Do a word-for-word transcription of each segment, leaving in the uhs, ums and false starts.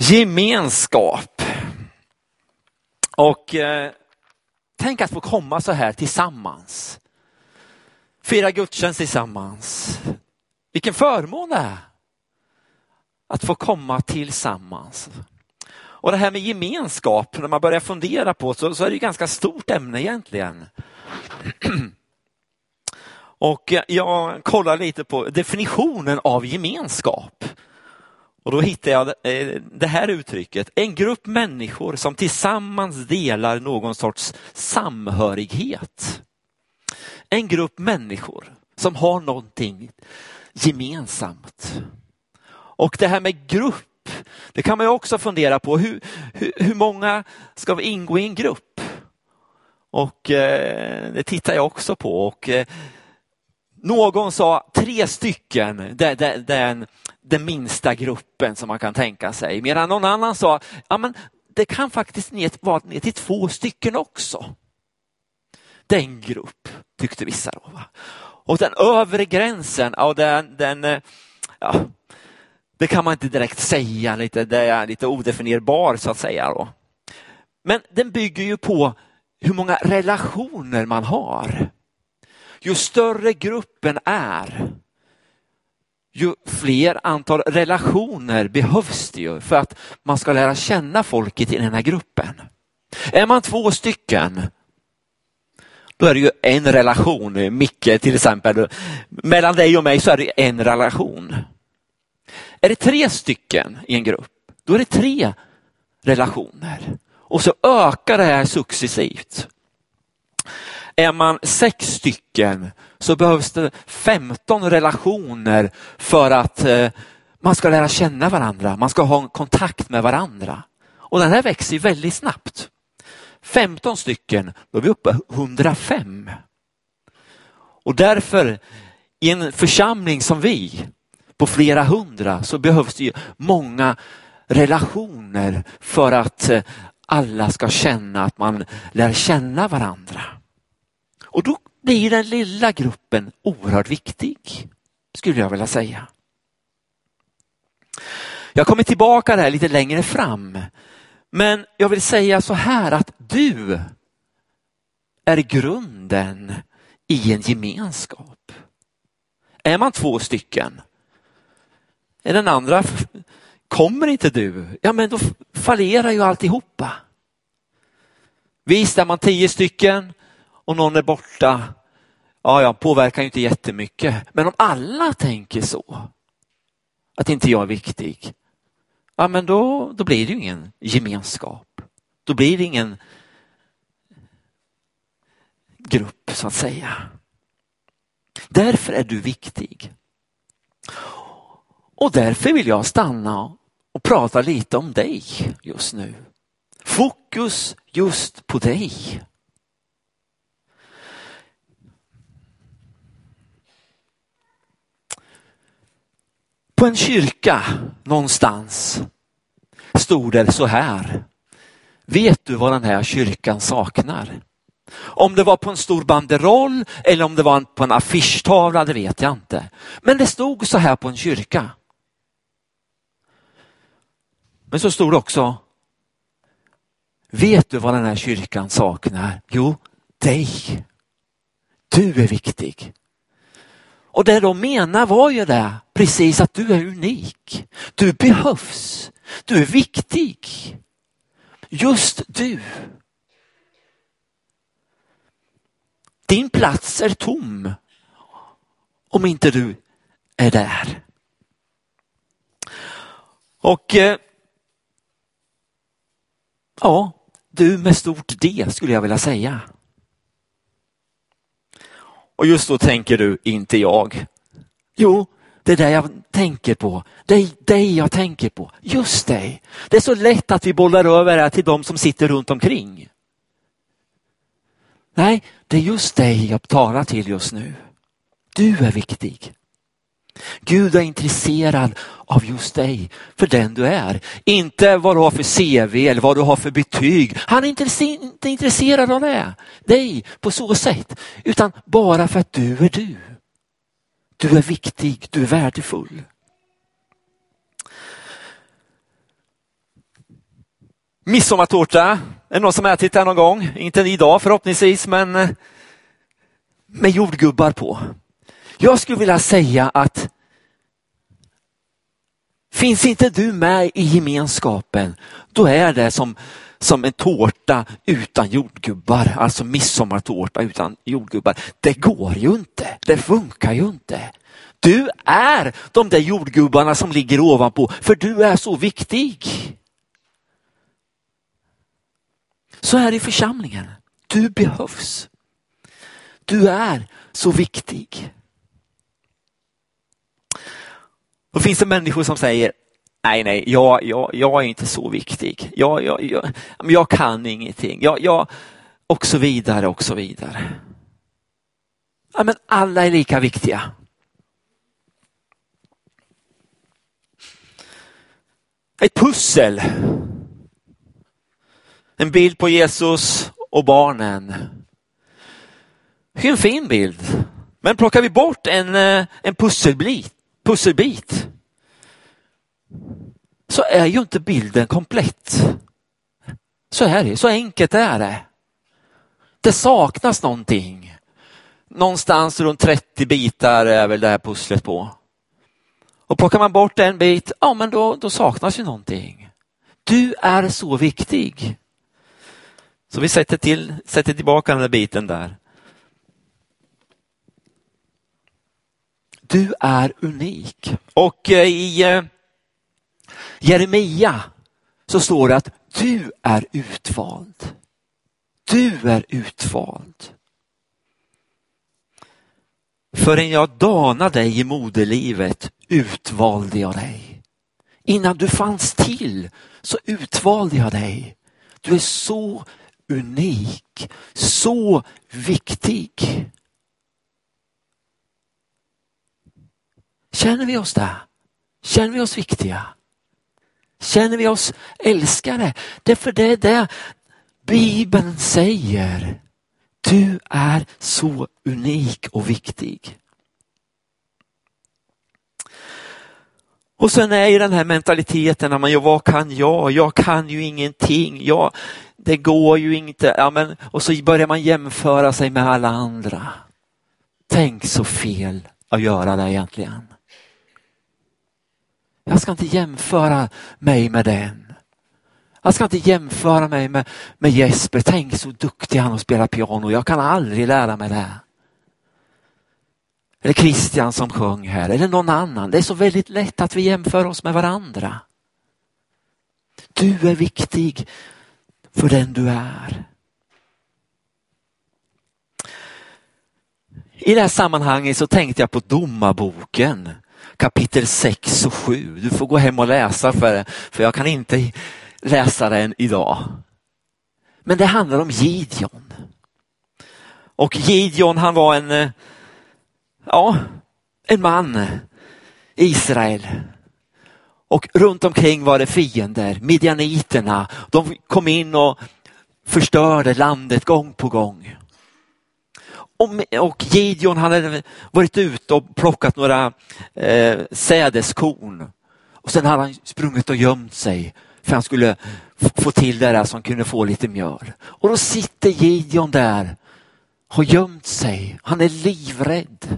Gemenskap. Och eh, tänk att få komma så här tillsammans. Fira gudstjänst tillsammans. Vilken förmån det är. Att få komma tillsammans. Och det här med gemenskap, när man börjar fundera på så, så är det ju ganska stort ämne egentligen. Och jag kollar lite på definitionen av gemenskap. Och då hittar jag det här uttrycket. En grupp människor som tillsammans delar någon sorts samhörighet. En grupp människor som har någonting gemensamt. Och det här med grupp, det kan man ju också fundera på. Hur, hur, hur många ska vi ingå i en grupp? Och eh, det tittar jag också på. Och eh, någon sa tre stycken, det, det, den, den minsta gruppen som man kan tänka sig. Medan någon annan sa, ja men det kan faktiskt vara ner till två stycken också. Den grupp, tyckte vissa då. Va? Och den övre gränsen, ja, den, den, ja, det kan man inte direkt säga, lite, det är lite odefinierbar så att säga då. Men den bygger ju på hur många relationer man har. Ju större gruppen är, ju fler antal relationer behövs det ju för att man ska lära känna folket i den här gruppen. Är man två stycken, då är det ju en relation. Micke till exempel, mellan dig och mig så är det en relation. Är det tre stycken i en grupp, då är det tre relationer. Och så ökar det här successivt. Är man sex stycken så behövs det femton relationer för att eh, man ska lära känna varandra. Man ska ha kontakt med varandra. Och den här växer ju väldigt snabbt. femton stycken, då är vi uppe hundrafem. Och därför i en församling som vi på flera hundra så behövs det ju många relationer för att eh, alla ska känna att man lär känna varandra. Och då blir den lilla gruppen oerhört viktig, skulle jag vilja säga. Jag kommer tillbaka där lite längre fram. Men jag vill säga så här att du är grunden i en gemenskap. Är man två stycken, är den andra, kommer inte du, ja men då fallerar ju alltihopa. Visst, är man tio stycken och någon är borta, ja, ja, påverkar ju inte jättemycket. Men om alla tänker så, att inte jag är viktig, ja men då, då blir det ju ingen gemenskap. Då blir det ingen grupp så att säga. Därför är du viktig. Och därför vill jag stanna och prata lite om dig just nu. Fokus just på dig. På en kyrka någonstans stod det så här. Vet du vad den här kyrkan saknar? Om det var på en stor banderoll eller om det var på en affischtavla, det vet jag inte. Men det stod så här på en kyrka. Men så stod det också. Vet du vad den här kyrkan saknar? Jo, dig. Du är viktig. Och det de menar var ju det, precis att du är unik. Du behövs. Du är viktig. Just du. Din plats är tom om inte du är där. Och eh, ja, du med stort D skulle jag vilja säga. Och just då tänker du, inte jag. Jo, det är det jag tänker på. Det är dig jag tänker på. Just dig. Det är så lätt att vi bollar över det till de som sitter runt omkring. Nej, det är just dig jag talar till just nu. Du är viktig. Gud är intresserad av just dig för den du är. Inte vad du har för C V eller vad du har för betyg. Han är inte intresserad av det. Dig på så sätt. Utan bara för att du är du. Du är viktig, du är värdefull. Midsommartårta. Är det någon som har ätit det någon gång? Inte idag förhoppningsvis, men med jordgubbar på. Jag skulle vilja säga att finns inte du med i gemenskapen, då är det som, som en tårta utan jordgubbar. Alltså midsommartårta utan jordgubbar. Det går ju inte. Det funkar ju inte. Du är de där jordgubbarna som ligger ovanpå, för du är så viktig. Så är det i församlingen. Du behövs. Du är så viktig. Då finns det människor som säger, nej, nej, jag, jag, jag är inte så viktig. Jag, jag, jag, jag kan ingenting. Jag, jag, och så vidare, och så vidare. Ja, men alla är lika viktiga. Ett pussel. En bild på Jesus och barnen. Det är en fin bild. Men plockar vi bort en, en pusselbit, pusselbit så är ju inte bilden komplett. Så är det. Så enkelt är det. Det saknas någonting. Någonstans runt trettio bitar är väl det här pusslet på. Och plockar man bort en bit, ja men då, då saknas ju någonting. Du är så viktig. Så vi sätter, till, sätter tillbaka den där biten där. Du är unik. Och i eh, Jeremia så står det att du är utvald. Du är utvald. Förrän jag danade dig i moderlivet utvalde jag dig. Innan du fanns till så utvalde jag dig. Du är så unik, så viktig. Känner vi oss där? Känner vi oss viktiga? Känner vi oss älskade? Därför det är det Bibeln säger. Du är så unik och viktig. Och sen är ju den här mentaliteten, när man, ja, vad kan jag? Jag kan ju ingenting. Ja, det går ju inte. Ja, men, och så börjar man jämföra sig med alla andra. Tänk så fel att göra det egentligen. Jag ska inte jämföra mig med den. Jag ska inte jämföra mig med, med Jesper. Tänk så duktig han att spela piano. Jag kan aldrig lära mig det. Eller Christian som sjöng här. Eller någon annan. Det är så väldigt lätt att vi jämför oss med varandra. Du är viktig för den du är. I det här sammanhanget så tänkte jag på Domarboken. Kapitel sex och sju. Du får gå hem och läsa för det. För jag kan inte läsa den idag. Men det handlar om Gideon. Och Gideon, han var en, ja, en man i Israel. Och runt omkring var det fiender, midjaniterna. De kom in och förstörde landet gång på gång. Och Gideon, han hade varit ute och plockat några eh, sädeskorn. Och sen hade han sprungit och gömt sig. För han skulle få till det där som kunde få lite mjöl. Och då sitter Gideon där. Har gömt sig. Han är livrädd.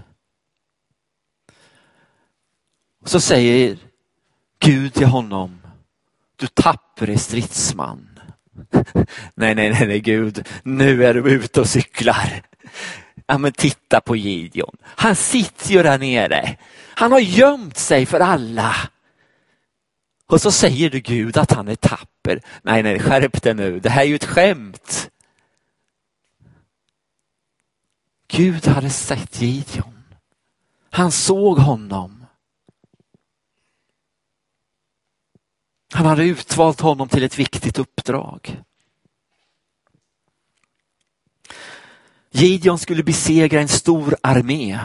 Och så säger Gud till honom. Du tappre stridsman. nej, nej, nej, nej, Gud. Nu är du ute och cyklar. Ja, men titta på Gideon. Han sitter ju där nere. Han har gömt sig för alla. Och så säger du Gud att han är tapper. Nej, nej, skärp dig nu. Det här är ju ett skämt. Gud hade sett Gideon. Han såg honom. Han hade utvalt honom till ett viktigt uppdrag. Gideon skulle besegra en stor armé.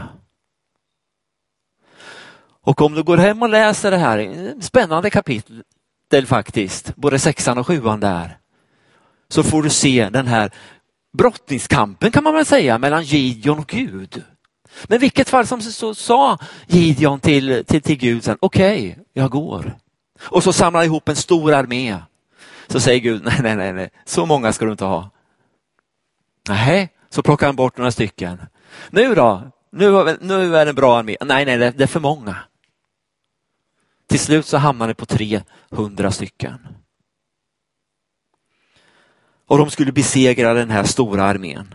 Och om du går hem och läser det här, spännande kapitel faktiskt, både sexan och sjuan där, så får du se den här brottningskampen kan man väl säga mellan Gideon och Gud. Men vilket fall som så sa Gideon till, till, till Gud sen, okej, okay, jag går. Och så samlar ihop en stor armé. Så säger Gud, nej, nej, nej, nej. Så många ska du inte ha. Nej, så plockar han bort några stycken. Nu då? Nu, nu är det en bra armé. Nej, nej, det är för många. Till slut så hamnar det på trehundra stycken. Och de skulle besegra den här stora armén.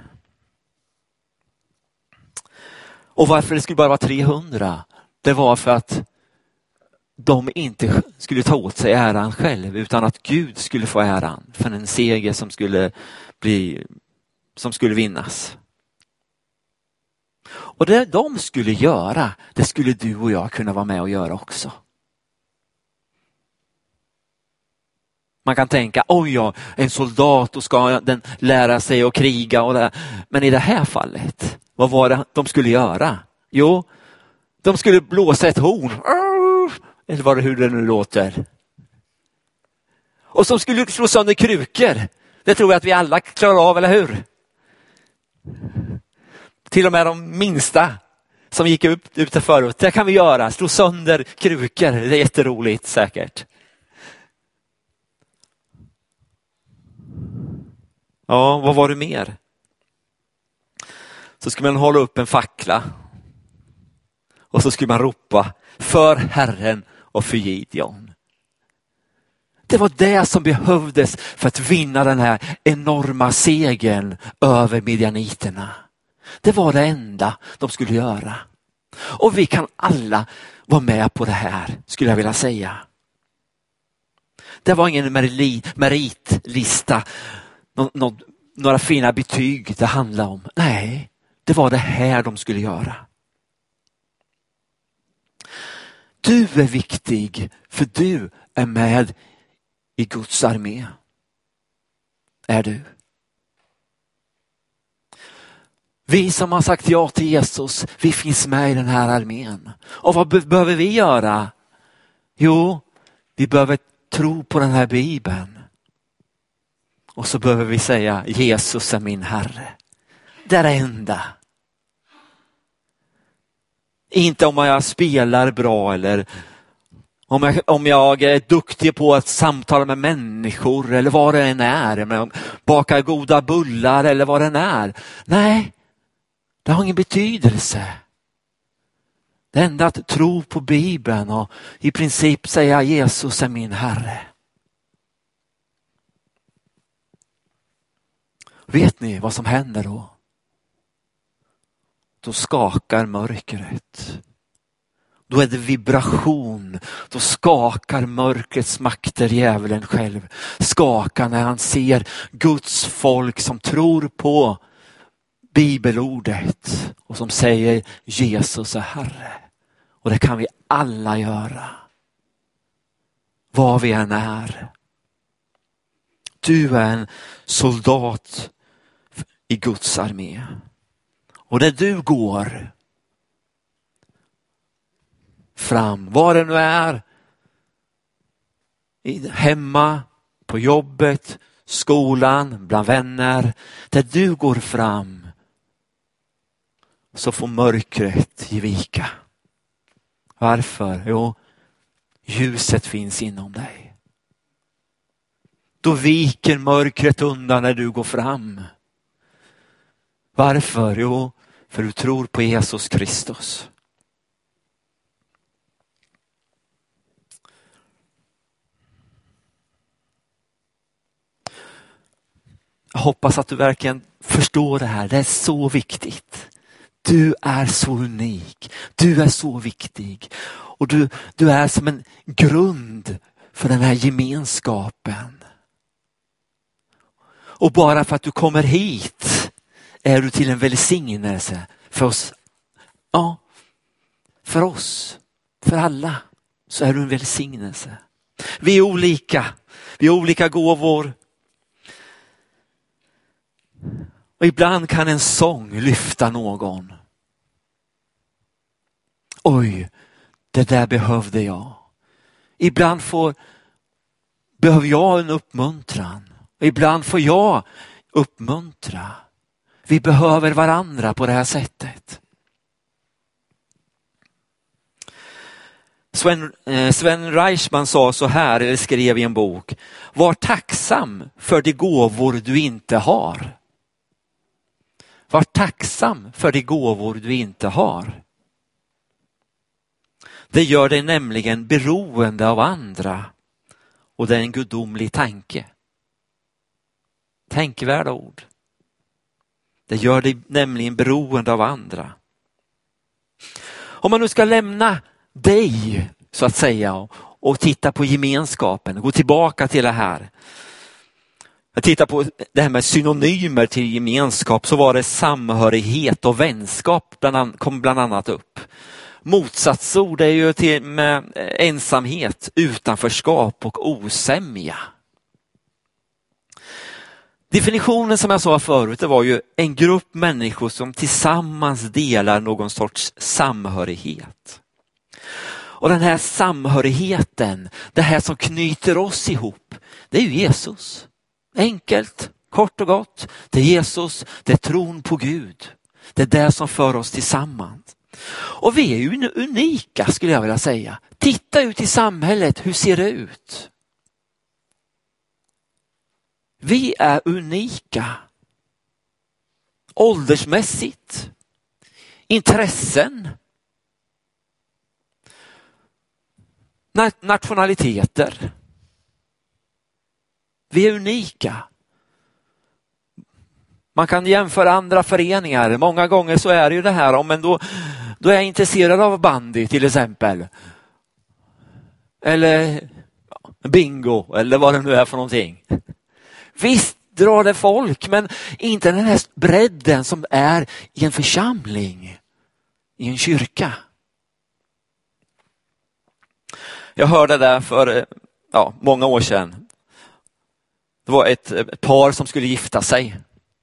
Och varför det skulle bara vara trehundra? Det var för att de inte skulle ta åt sig äran själv, utan att Gud skulle få äran för en seger som skulle bli, som skulle vinnas. Och det de skulle göra, det skulle du och jag kunna vara med och göra också. Man kan tänka, oj ja, en soldat och ska den lära sig att kriga. Och det. Men i det här fallet, vad var det de skulle göra? Jo, de skulle blåsa ett horn. Eller var det hur det nu låter. Och som skulle slå sönder krukor. Det tror jag att vi alla klarar av, eller hur? Till och med de minsta som gick upp ute förut. Det kan vi göra, slå sönder krukor. Det är jätteroligt säkert. Ja, vad var det mer? Så skulle man hålla upp en fackla. Och så skulle man ropa för Herren och för Gideon. Det var det som behövdes för att vinna den här enorma segern över midjaniterna. Det var det enda de skulle göra. Och vi kan alla vara med på det här, skulle jag vilja säga. Det var ingen meritlista, nå, nå, några fina betyg det handlade om. Nej, det var det här de skulle göra. Du är viktig, för du är med i Guds armé. Är du? Vi som har sagt ja till Jesus, vi finns med i den här armén. Och vad be- behöver vi göra? Jo, vi behöver tro på den här Bibeln. Och så behöver vi säga, Jesus är min Herre. Det är det enda. Inte om jag spelar bra eller om jag, om jag är duktig på att samtala med människor eller vad det än är. Baka goda bullar eller vad det än är. Nej, det har ingen betydelse. Det enda att tro på Bibeln och i princip säga Jesus är min Herre. Vet ni vad som händer då? Då skakar mörkret. Då är det vibration. Då skakar mörkrets makter, djävulen själv. Skakar när han ser Guds folk som tror på bibelordet. Och som säger Jesus är Herre. Och det kan vi alla göra. Var vi än är. Du är en soldat i Guds armé. Och där du går fram, var det nu är, hemma, på jobbet, skolan, bland vänner, där du går fram, så får mörkret ge vika. Varför? Jo, ljuset finns inom dig. Då viker mörkret undan när du går fram. Varför? Jo, för du tror på Jesus Kristus. Jag hoppas att du verkligen förstår det här. Det är så viktigt. Du är så unik. Du är så viktig. Och du, du är som en grund för den här gemenskapen. Och bara för att du kommer hit är du till en välsignelse för oss. Ja, för oss. För alla så är du en välsignelse. Vi är olika. Vi har olika gåvor. Och ibland kan en sång lyfta någon. Oj, det där behövde jag. Ibland får, behöver jag en uppmuntran. Och ibland får jag uppmuntra. Vi behöver varandra på det här sättet. Sven, eh, Sven Reichman sa så här, eller skrev i en bok: var tacksam för de gåvor du inte har. Var tacksam för de gåvor du inte har. Det gör dig nämligen beroende av andra, och det är en gudomlig tanke. Tänkvärda ord. Det gör dig nämligen beroende av andra. Om man nu ska lämna dig, så att säga, och, och titta på gemenskapen, gå tillbaka till det här. Jag tittar på det här med synonymer till gemenskap, så var det samhörighet och vänskap bland an, kom bland annat upp. Motsatsord är ju till med ensamhet, utanförskap och osämja. Definitionen som jag sa förut, det var ju en grupp människor som tillsammans delar någon sorts samhörighet. Och den här samhörigheten, det här som knyter oss ihop, det är ju Jesus. Enkelt, kort och gott. Det är Jesus, det är tron på Gud. Det är det som för oss tillsammans. Och vi är ju unika, skulle jag vilja säga. Titta ut i samhället, hur ser det ut? Vi är unika. Åldersmässigt. Intressen. Nationaliteter. Vi är unika. Man kan jämföra andra föreningar. Många gånger så är det ju det här, men då, då är jag intresserad av bandy till exempel. Eller bingo, eller vad det nu är för någonting. Visst drar det folk, men inte den här bredden som är i en församling, i en kyrka. Jag hörde det för ja, många år sedan. Det var ett, ett par som skulle gifta sig.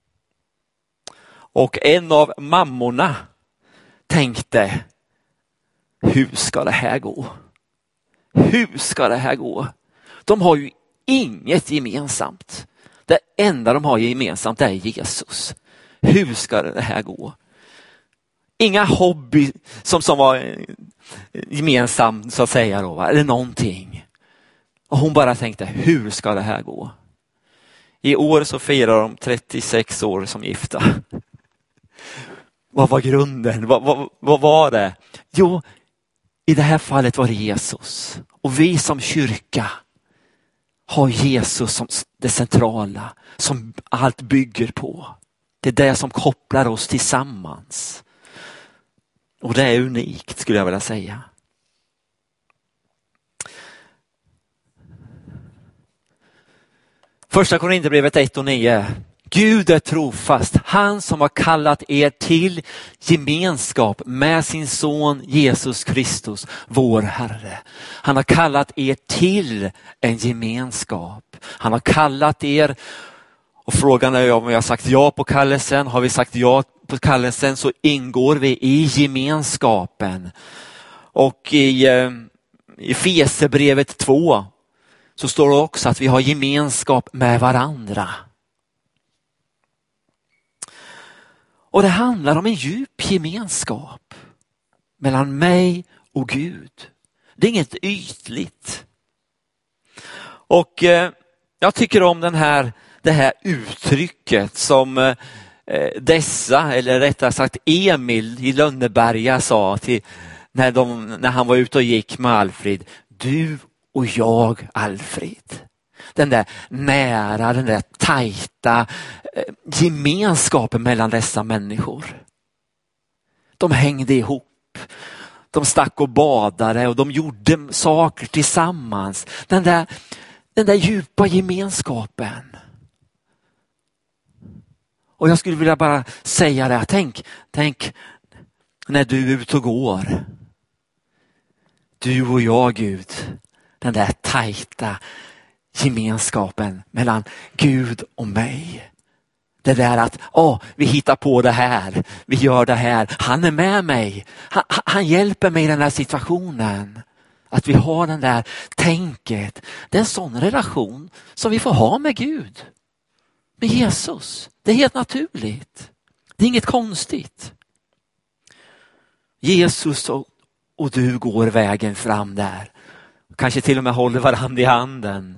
Och en av mammorna tänkte, hur ska det här gå? Hur ska det här gå? De har ju inget gemensamt. Det enda de har gemensamt är Jesus. Hur ska det här gå? Inga hobby som, som var gemensam, så att säga då, va? Eller någonting. Och hon bara tänkte, hur ska det här gå? I år så firar de trettiosex år som gifta. Vad var grunden? Vad, vad, vad var det? Jo, i det här fallet var det Jesus. Och vi som kyrka har Jesus som det centrala, som allt bygger på. Det är det som kopplar oss tillsammans. Och det är unikt, skulle jag vilja säga. Första Korinthierbrevet ett och nio. Gud är trofast, han som har kallat er till gemenskap med sin son Jesus Kristus, vår Herre. Han har kallat er till en gemenskap. Han har kallat er, och frågan är om vi har sagt ja på kallelsen. Har vi sagt ja på kallelsen så ingår vi i gemenskapen. Och i, i Efesierbrevet två så står det också att vi har gemenskap med varandra. Och det handlar om en djup gemenskap mellan mig och Gud. Det är inget ytligt. Och eh, jag tycker om den här, det här uttrycket som eh, dessa, eller rättare sagt Emil i Lönneberga sa till, när, de, när han var ute och gick med Alfred. Du och jag, Alfred. Den där nära, den där tajta eh, gemenskapen mellan dessa människor. De hängde ihop. De stack och badade och de gjorde saker tillsammans. Den där, den där djupa gemenskapen. Och jag skulle vilja bara säga det. Tänk, tänk när du är ute och går. Du och jag, Gud. Den där tajta gemenskapen mellan Gud och mig. Det där att åh, vi hittar på det här. Vi gör det här. Han är med mig. Han, han hjälper mig i den här situationen. Att vi har den där tänket. Det är en sån relation som vi får ha med Gud. Med Jesus. Det är helt naturligt. Det är inget konstigt. Jesus och, och du går vägen fram där. Kanske till och med håller varandra i handen.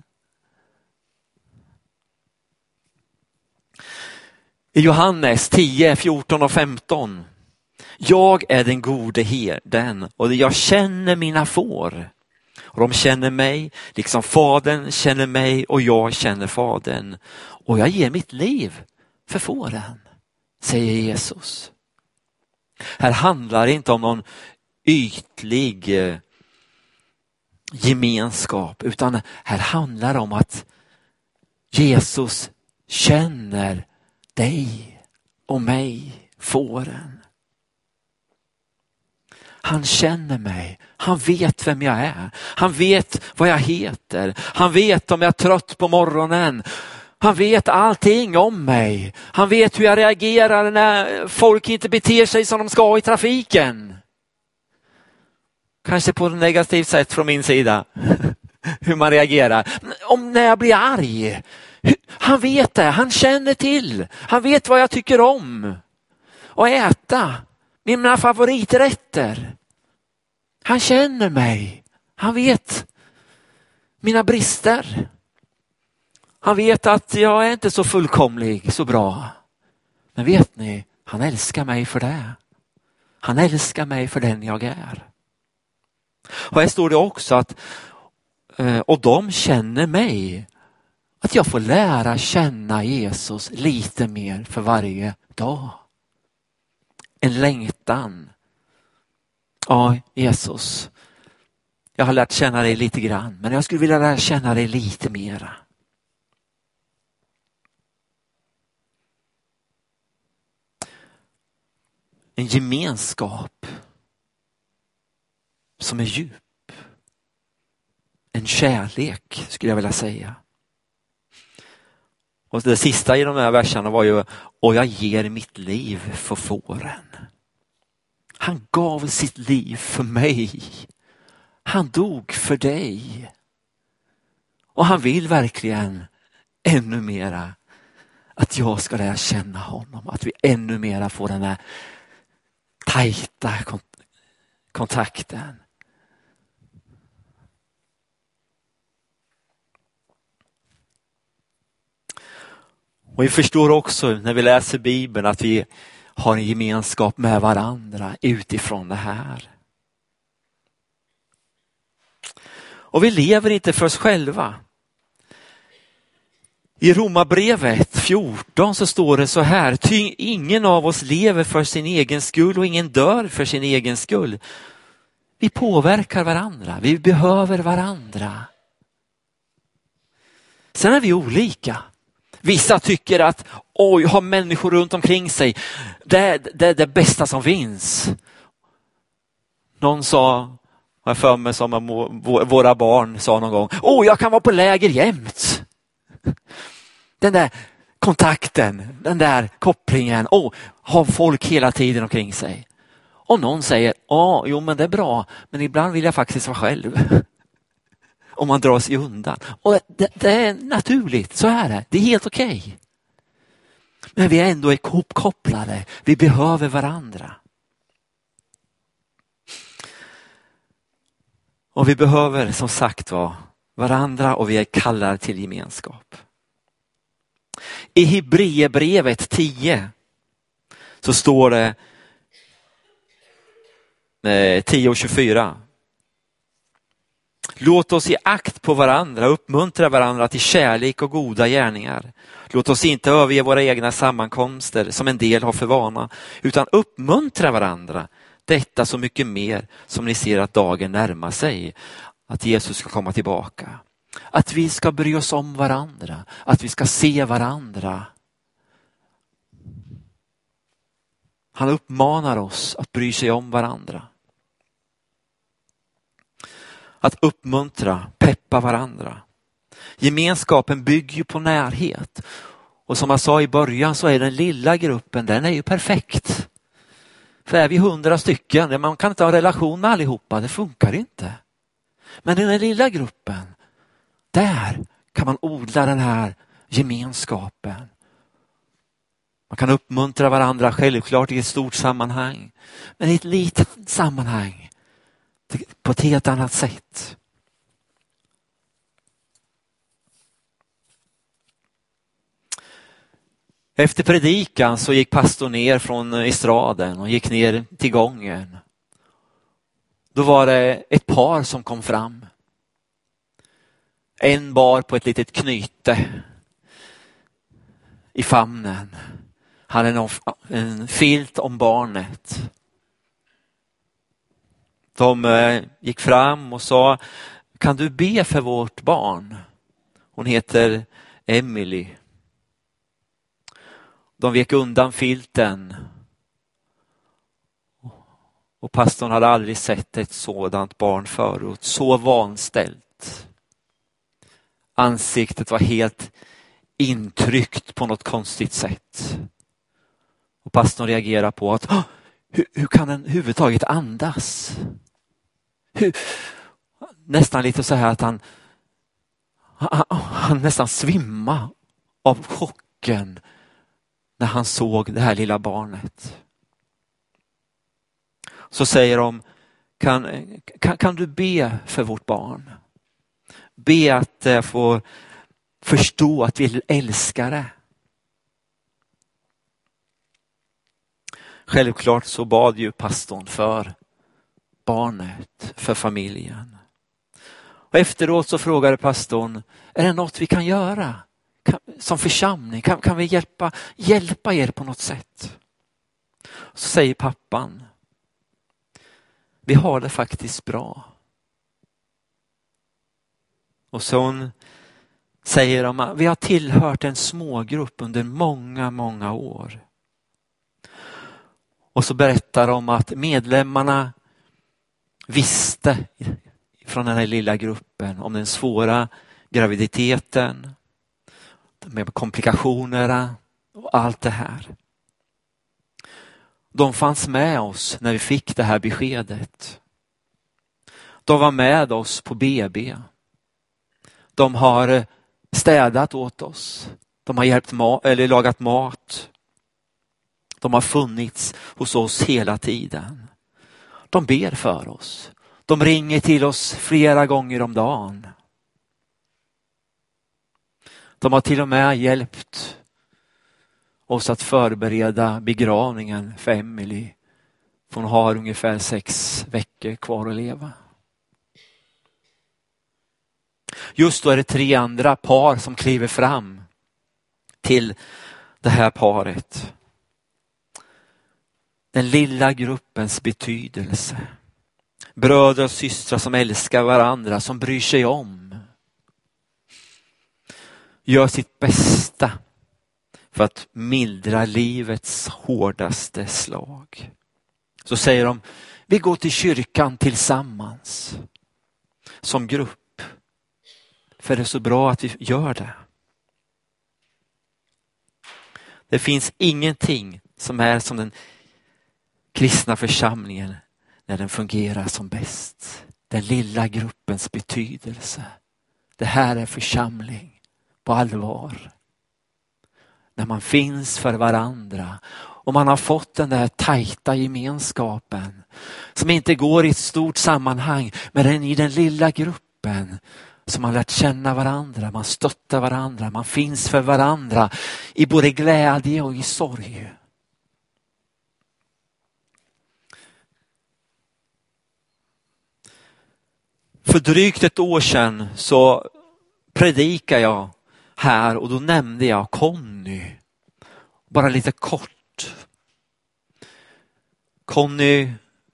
I Johannes tio, fjorton och femton. Jag är den gode herden och jag känner mina får. Och de känner mig, liksom fadern känner mig och jag känner fadern. Och jag ger mitt liv för fåren, säger Jesus. Här handlar det inte om någon ytlig gemenskap, utan här handlar det om att Jesus känner dig och mig, fåren. Han känner mig. Han vet vem jag är. Han vet vad jag heter. Han vet om jag är trött på morgonen. Han vet allting om mig. Han vet hur jag reagerar när folk inte beter sig som de ska i trafiken. Kanske på ett negativt sätt från min sida. Hur man reagerar. Om när jag blir arg. Han vet det. Han känner till. Han vet vad jag tycker om. Och äta. Mina favoriträtter. Han känner mig. Han vet mina brister. Han vet att jag är inte så fullkomlig, så bra. Men vet ni, han älskar mig för det. Han älskar mig för den jag är. Och här står det också att och de känner mig. Att jag får lära känna Jesus lite mer för varje dag. En längtan. Ja, Jesus. Jag har lärt känna dig lite grann. Men jag skulle vilja lära känna dig lite mera. En gemenskap som är djup. En kärlek skulle jag vilja säga. Och det sista i de här verserna var ju: och jag ger mitt liv för fåren. Han gav sitt liv för mig. Han dog för dig. Och han vill verkligen ännu mera att jag ska lära känna honom. Att vi ännu mera får den här tajta kont- kontakten. Och vi förstår också när vi läser Bibeln att vi har en gemenskap med varandra utifrån det här. Och vi lever inte för oss själva. I Romarbrevet fjorton så står det så här: ty ingen av oss lever för sin egen skull och ingen dör för sin egen skull. Vi påverkar varandra, vi behöver varandra. Sen är vi olika. Vissa tycker att oj, ha människor runt omkring sig, det är det, är det bästa som finns. Någon sa, jag för mig som våra barn sa någon gång, åh, jag kan vara på läger jämt. Den där kontakten, den där kopplingen, åh, ha folk hela tiden omkring sig. Och någon säger, ja, jo men det är bra, men ibland vill jag faktiskt vara själv. Om man drar sig undan. Och det, det är naturligt, så är det. Det är helt okej. Okay. Men vi är ändå ihopkopplade. Vi behöver varandra. Och vi behöver som sagt var varandra och vi är kallade till gemenskap. I Hebreerbrevet tio så står det eh, tio och tjugofyra. Låt oss ge akt på varandra, uppmuntra varandra till kärlek och goda gärningar. Låt oss inte överge våra egna sammankomster som en del har för vana, utan uppmuntra varandra. Detta så mycket mer som ni ser att dagen närmar sig, att Jesus ska komma tillbaka. Att vi ska bry oss om varandra, att vi ska se varandra. Han uppmanar oss att bry sig om varandra. Att uppmuntra, peppa varandra. Gemenskapen bygger ju på närhet. Och som jag sa i början så är den lilla gruppen, den är ju perfekt. För är vi hundra stycken, man kan inte ha en relation med allihopa, det funkar inte. Men i den lilla gruppen, där kan man odla den här gemenskapen. Man kan uppmuntra varandra självklart i ett stort sammanhang. Men i ett litet sammanhang på ett helt annat sätt. Efter predikan så gick pastorn ner från estraden och gick ner till gången. Då var det ett par som kom fram. En bar på ett litet knyte i famnen. Han hade en filt om barnet. De gick fram och sa, kan du be för vårt barn? Hon heter Emily. De vek undan filten. Och pastorn hade aldrig sett ett sådant barn förut. Så vanställt. Ansiktet var helt intryckt på något konstigt sätt. Och pastorn reagerar på att hur, hur kan den överhuvudtaget andas? Hur, nästan lite så här att han, han, han nästan svimma av chocken när han såg det här lilla barnet. Så säger de, kan, kan, kan du be för vårt barn? Be att uh, få förstå att vi älskar det. Självklart så bad ju pastorn för barnet, för familjen. Och efteråt så frågade pastorn, är det något vi kan göra kan, som församling? Kan, kan vi hjälpa, hjälpa er på något sätt? Så säger pappan, vi har det faktiskt bra. Och så hon säger de, vi har tillhört en smågrupp under många, många år. Och så berättar de att medlemmarna visste från den här lilla gruppen om den svåra graviditeten, med komplikationerna och allt det här. De fanns med oss när vi fick det här beskedet. De var med oss på B B. De har städat åt oss. De har hjälpt ma- eller lagat mat. De har funnits hos oss hela tiden. De ber för oss. De ringer till oss flera gånger om dagen. De har till och med hjälpt oss att förbereda begravningen för Emily. Hon har ungefär sex veckor kvar att leva. Just då är det tre andra par som kliver fram till det här paret. Den lilla gruppens betydelse. Bröder och systrar som älskar varandra, som bryr sig om. Gör sitt bästa för att mildra livets hårdaste slag. Så säger de, vi går till kyrkan tillsammans som grupp. För det är så bra att vi gör det. Det finns ingenting som är som den kristna församlingen när den fungerar som bäst. Den lilla gruppens betydelse. Det här är församling på allvar. När man finns för varandra och man har fått den där tajta gemenskapen som inte går i ett stort sammanhang, men den i den lilla gruppen som man lärt känna varandra, man stöttar varandra, man finns för varandra i både glädje och i sorg. För drygt ett år sedan så predikade jag här och då nämnde jag Conny. Bara lite kort. Conny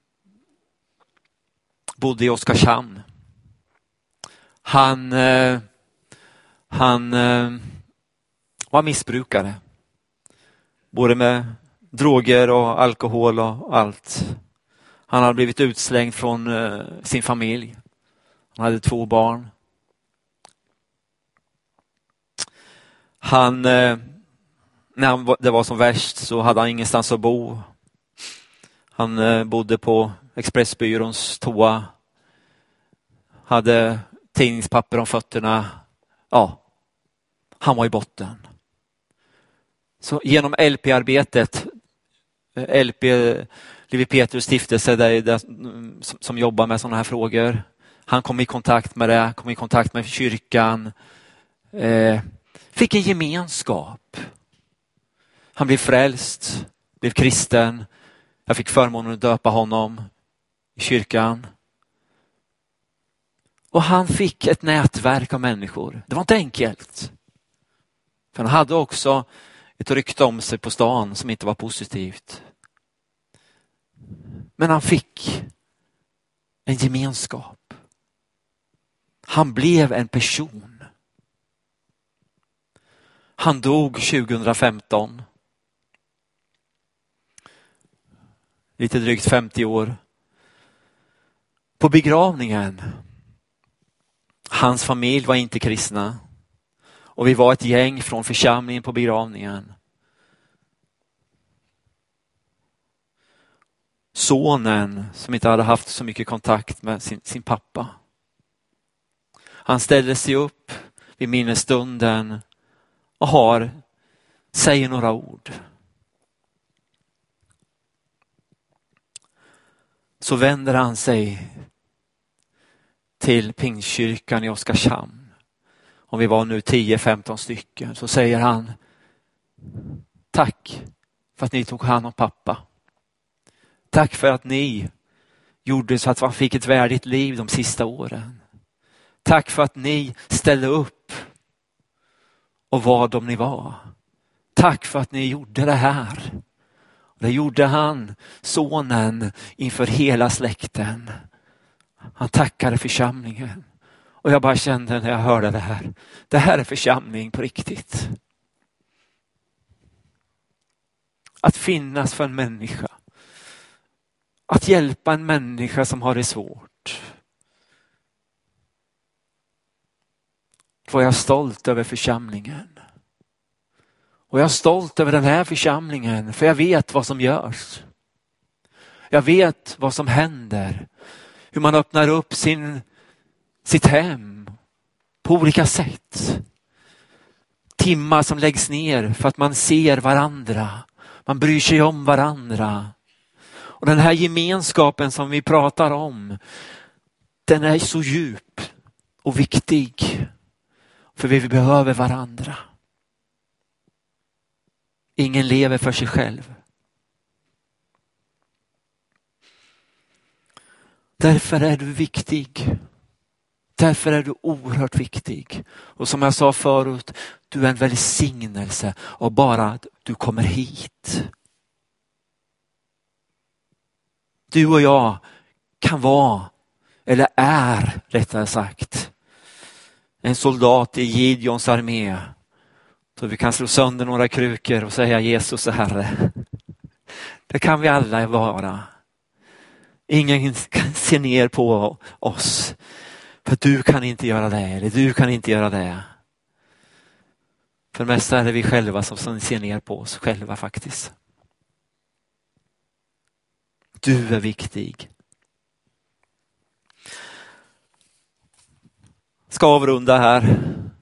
bodde i Oskarshamn. Han, eh, han eh, var missbrukare. Både med droger och alkohol och allt. Han hade blivit utslängd från eh, sin familj. Han hade två barn. Han, eh, när han, det var som värst så hade han ingenstans att bo. Han eh, bodde på Expressbyråns toa. Hade tidningspapper om fötterna. Ja, han var i botten. Så genom L P-arbetet, L P Levi Petrus stiftelse där, där, som, som jobbar med sådana här frågor. Han kom i kontakt med det, kom i kontakt med kyrkan. Eh, fick en gemenskap. Han blev frälst, blev kristen. Jag fick förmånen att döpa honom i kyrkan. Och han fick ett nätverk av människor. Det var inte enkelt. För han hade också ett rykte om sig på stan som inte var positivt. Men han fick en gemenskap. Han blev en person. Han dog tjugohundrafemton. Lite drygt femtio år. På begravningen. Hans familj var inte kristna. Och vi var ett gäng från församlingen på begravningen. Sonen som inte hade haft så mycket kontakt med sin, sin pappa. Han ställde sig upp vid minnesstunden och har, säger några ord. Så vänder han sig till Pingstkyrkan i Oskarshamn. Om vi var nu tio femton stycken, så säger han: tack för att ni tog hand om pappa. Tack för att ni gjorde så att han fick ett värdigt liv de sista åren. Tack för att ni ställde upp och var de ni var. Tack för att ni gjorde det här. Det gjorde han, sonen, inför hela släkten. Han tackade församlingen. Och jag bara kände när jag hörde det här. Det här är församling på riktigt. Att finnas för en människa. Att hjälpa en människa som har det svårt. Då är jag stolt över församlingen. Och jag är stolt över den här församlingen. För jag vet vad som görs. Jag vet vad som händer. Hur man öppnar upp sin, sitt hem på olika sätt. Timmar som läggs ner för att man ser varandra. Man bryr sig om varandra. Och den här gemenskapen som vi pratar om, den är så djup och viktig. För vi behöver varandra. Ingen lever för sig själv. Därför är du viktig. Därför är du oerhört viktig. Och som jag sa förut, du är en välsignelse och bara att du kommer hit. Du och jag kan vara, eller är rättare sagt, en soldat i Gideons armé. Så vi kan slå sönder några krukor och säga Jesus är Herre. Det kan vi alla vara. Ingen kan se ner på oss. För du kan inte göra det, eller du kan inte göra det. För det mesta är det vi själva som ser ner på oss själva faktiskt. Du är viktig. Ska avrunda här.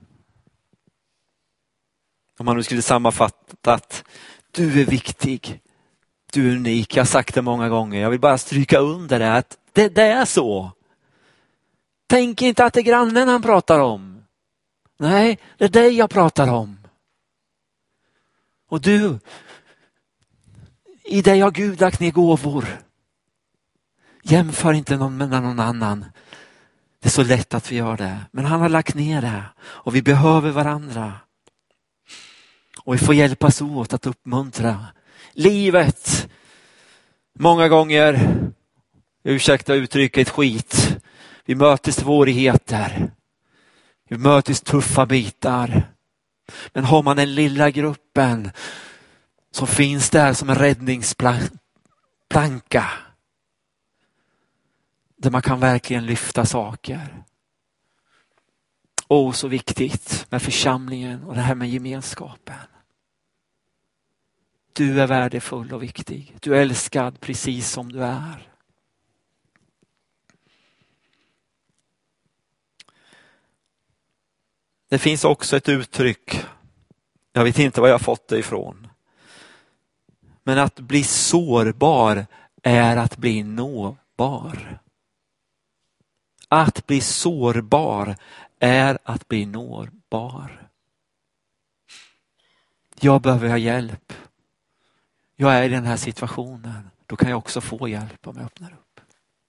Om man nu skulle sammanfatta att du är viktig. Du är unik. Jag har sagt det många gånger. Jag vill bara stryka under det. Att det, det är så. Tänk inte att det är grannen han pratar om. Nej, det är dig jag pratar om. Och du, i dig har Gud lagt ner gåvor. Jämför inte någon med någon annan. Det är så lätt att vi gör det. Men han har lagt ner det. Och vi behöver varandra. Och vi får hjälpas åt att uppmuntra. Livet. Många gånger, ursäkta uttrycket, skit. Vi möter svårigheter. Vi möter tuffa bitar. Men har man den lilla gruppen som finns där som en räddningsplanka. Där man kan verkligen lyfta saker. Åh, så viktigt med församlingen och det här med gemenskapen. Du är värdefull och viktig. Du är älskad precis som du är. Det finns också ett uttryck. Jag vet inte var jag fått det ifrån. Men att bli sårbar är att bli nåbar. Att bli sårbar är att bli nåbar. Jag behöver ha hjälp. Jag är i den här situationen. Då kan jag också få hjälp om jag öppnar upp.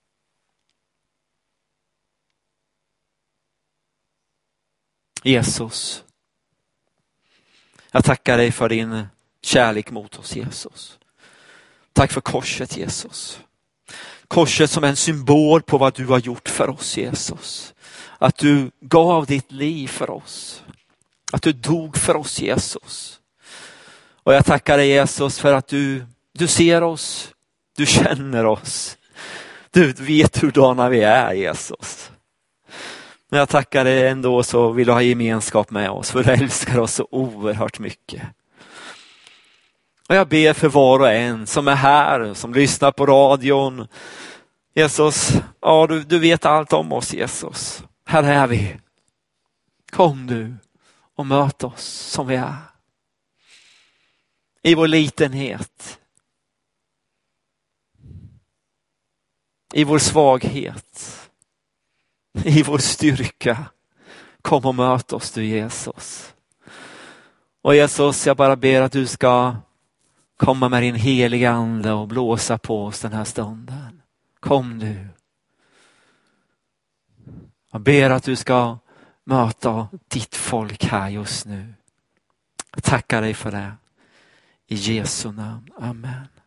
Jesus, jag tackar dig för din kärlek mot oss, Jesus. Tack för korset, Jesus. Korset som en symbol på vad du har gjort för oss, Jesus. Att du gav ditt liv för oss. Att du dog för oss, Jesus. Och jag tackar dig, Jesus, för att du, du ser oss. Du känner oss. Du vet hurdana vi är, Jesus. Men jag tackar dig ändå, så vill du ha gemenskap med oss. För du älskar oss så oerhört mycket. Och jag ber för var och en som är här, som lyssnar på radion. Jesus, ja, du, du vet allt om oss, Jesus. Här är vi. Kom du och möt oss som vi är. I vår litenhet. I vår svaghet. I vår styrka. Kom och möt oss, du Jesus. Och Jesus, jag bara ber att du ska komma med din heliga ande och blåsa på oss den här stunden. Kom du. Jag ber att du ska möta ditt folk här just nu. Jag tackar dig för det. I Jesu namn. Amen.